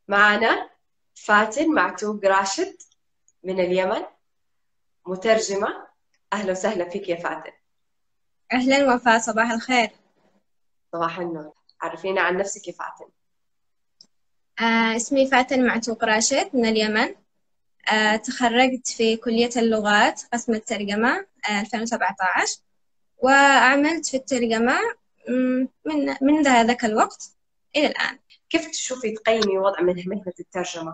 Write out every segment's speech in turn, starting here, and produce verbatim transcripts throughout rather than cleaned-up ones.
معنا فاتن معتوق راشد من اليمن، مترجمة. أهلا وسهلا فيك يا فاتن. أهلا وفاء، صباح الخير. صباح النور. عرفينا عن نفسك يا فاتن. آه اسمي فاتن معتوق راشد من اليمن. آه تخرجت في كلية اللغات قسم الترجمة آه ألفين وسبعة عشر، وعملت في الترجمة مم، من من ذاك الوقت إلى الآن. كيف تشوفي تقيمي وضع من مهنة الترجمة؟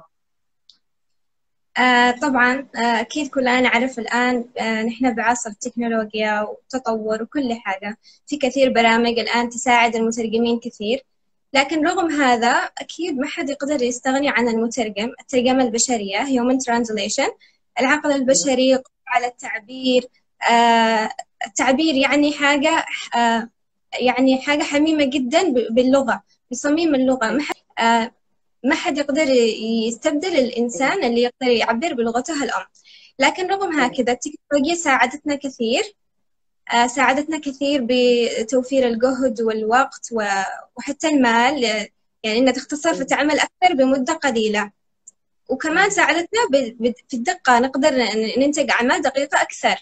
آه طبعا، آه أكيد كلنا نعرف الآن، آه نحن بعصر التكنولوجيا وتطور وكل حاجة. في كثير برامج الآن تساعد المترجمين كثير، لكن رغم هذا أكيد ما حد يقدر يستغني عن المترجم. الترجمة البشرية Human Translation، العقل البشري، قدرة على التعبير. آه التعبير يعني حاجة، آه يعني حاجة حميمة جدا ب- باللغة، بصميم اللغة. ما حد آه ما حد يقدر يستبدل الإنسان اللي يقدر يعبر بلغته الأم. لكن رغم هكذا التكنولوجيا ساعدتنا كثير. آه، ساعدتنا كثير بتوفير الجهد والوقت و- وحتى المال، آه، يعني إنها تختصر في تعمل أكثر بمدة قليلة. وكمان ساعدتنا ب- ب- في الدقة، نقدر ن- ننتج أعمال دقيقة أكثر.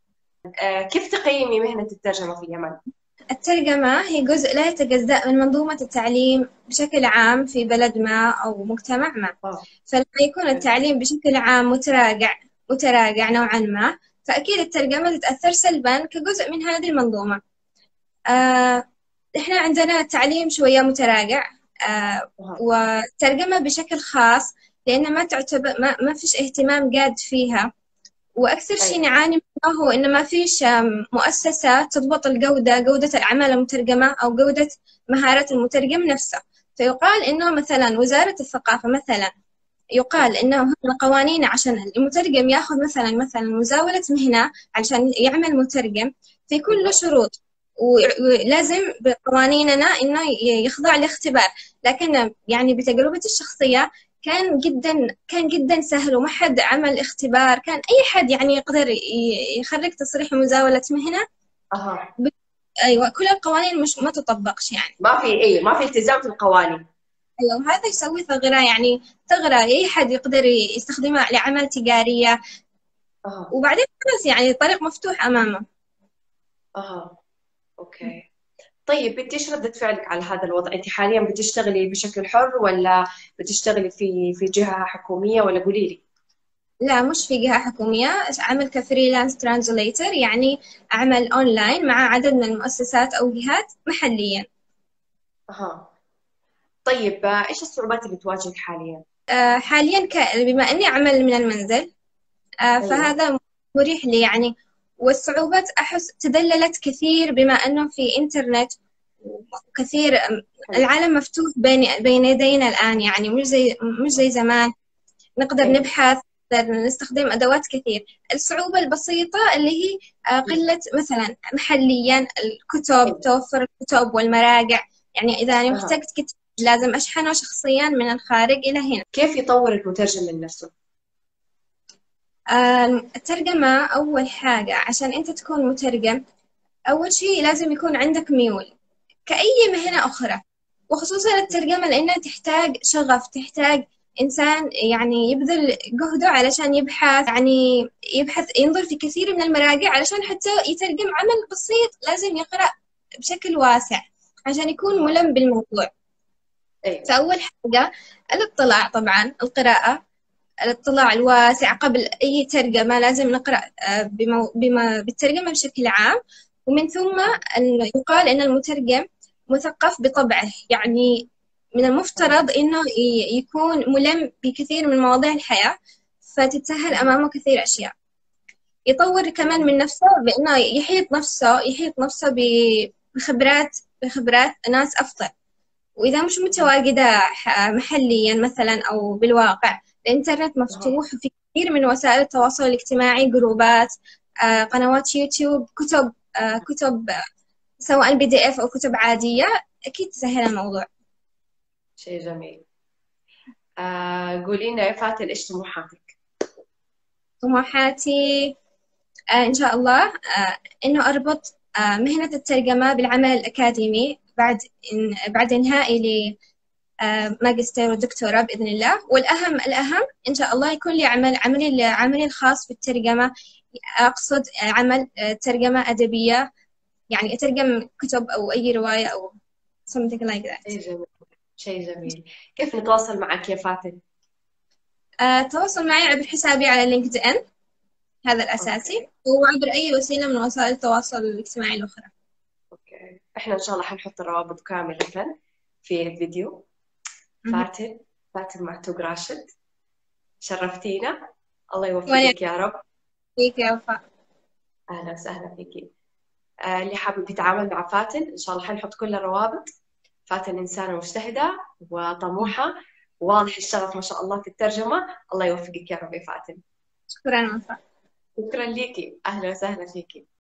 كيف تقيمي مهنة الترجمة في اليمن؟ الترجمة هي جزء لا يتجزأ من منظومة التعليم بشكل عام في بلد ما أو مجتمع ما. آه. فلما يكون التعليم بشكل عام متراجع متراجع نوعا ما، فأكيد الترجمة تتأثر سلبا كجزء من هذه المنظومة. آه، إحنا عندنا التعليم شوية متراجع، آه، آه. والترجمة بشكل خاص، لأن ما تعتبر ما, ما فيش اهتمام جاد فيها. وأكثر شيء أي. نعاني منه هو إن ما فيش آم، مؤسسة تضبط الجودة، جودة الأعمال المترجمة أو جودة مهارات المترجم نفسه. فيقال إنه مثلا وزارة الثقافة مثلا، يقال إنه هنا قوانين عشان المترجم ياخذ مثلا مثلا مزاولة مهنة عشان يعمل مترجم، في كل شروط. و- ولازم بقوانيننا إنه ي- يخضع لاختبار. لكن يعني بتجربتي الشخصية كان جدا كان جدا سهل، وما حد عمل اختبار. كان أي حد يعني يقدر ي- يخرج تصريح مزاولة مهنة. أها. ب- أيوة، كل القوانين مش ما تطبقش يعني. ما في أي ما في التزام في القوانين. أيوة، هذا يسوي ثغرة، يعني ثغرة أي حد يقدر يستخدمها لأعمال تجارية. أها. وبعدين خلاص يعني الطريق مفتوح أمامه. أها. أوكي. طيب، بدي ايش ردة فعلك على هذا الوضع؟ انت حاليا بتشتغلي بشكل حر ولا بتشتغلي في في جهة حكومية، ولا قولي لي؟ لا، مش في جهة حكومية. أعمل كفريلانس ترانزليتر، يعني أعمل أونلاين مع عدد من المؤسسات أو جهات محليا. اها. طيب، آه، ايش الصعوبات اللي تواجهك حاليا؟ آه، حاليا ك... بما أني أعمل من المنزل، آه، ايوه. فهذا مريح لي يعني. والصعوبات أحس تدللت كثير بما أنه في إنترنت وكثير. آم، حلو. العالم مفتوح بين بين يدينا الآن، يعني مش زي مش زي زمان. نقدر ايوه. نبحث، نقدر نستخدم أدوات كثير. الصعوبة البسيطة اللي هي آه، قلة مثلا محليا الكتب، ايوه. توفر الكتب والمراجع. يعني إذا أنا اها. احتجت كتاب لازم أشحنه شخصيا من الخارج إلى هنا. كيف يطور المترجم من نفسه؟ آه، الترجمة أول حاجة عشان أنت تكون مترجم، أول شيء لازم يكون عندك ميول كأي مهنة أخرى، وخصوصا الترجمة لأنها تحتاج شغف، تحتاج إنسان يعني يبذل جهده علشان يبحث، يعني يبحث ينظر في كثير من المراجع علشان حتى يترجم عمل بسيط. لازم يقرأ بشكل واسع عشان يكون اها. ملم بالموضوع. ايوه. فأول حاجة الاطلاع، طبعا القراءة، الاطلاع الواسع قبل أي ترجمة. لازم نقرأ آه، بمو... بما بالترجمة بشكل عام. ومن ثم أن يقال أن المترجم مثقف بطبعه، يعني من اها. المفترض أنه ي- يكون ملم بكثير من مواضيع الحياة، فتتسهل اها. أمامه كثير أشياء. يطور كمان جميل. من نفسه بأنه يحيط نفسه يحيط نفسه ب- بخبرات بخبرات ناس أفضل. وإذا مش اها. متواجدة ح- محليا مثلا أو بالواقع، الإنترنت اها. مفتوح وفي كثير من وسائل التواصل الاجتماعي، جروبات، آه، قنوات يوتيوب، كتب، آه، كتب آه، سواء بي دي إف أو كتب عادية. أكيد تسهل الموضوع. شيء جميل. آه قولي لنا يا فاتن، ايش طموحاتك؟ طموحاتي آه، إن شاء الله آه، إنه أربط آه، مهنة الترجمة بالعمل الأكاديمي بعد إن بعد إنهائي ماجستير ودكتوراه بإذن الله. والأهم الأهم إن شاء الله يكون لي عمل عملي عملي الخاص في الترجمة. أقصد عمل ترجمة أدبية، يعني أترجم كتب أو أي رواية أو something like that. شيء جميل، شيء جميل. كيف نتواصل معك يا فاتن؟ أه تواصل معي عبر حسابي على لينكد إن، هذا الأساسي، أوكي. وعبر أي وسيلة من وسائل التواصل الاجتماعي الأخرى. أوكي، إحنا إن شاء الله حنحط الروابط كاملة في الفيديو. فاتن، فاتن معتوق راشد، شرفتينا، الله يوفقك يا رب. فيك يا وفاء. أهلا وسهلا فيكي. آه، اللي حابب يتعامل مع فاتن إن شاء الله حنحط كل الروابط. فاتن إنسانة مجتهدة وطموحة، وواضح الشغف ما شاء الله في الترجمة. الله يوفقك يا رب يا فاتن. شكرا وفاء. شكرا ليكي، أهلا وسهلا فيكي.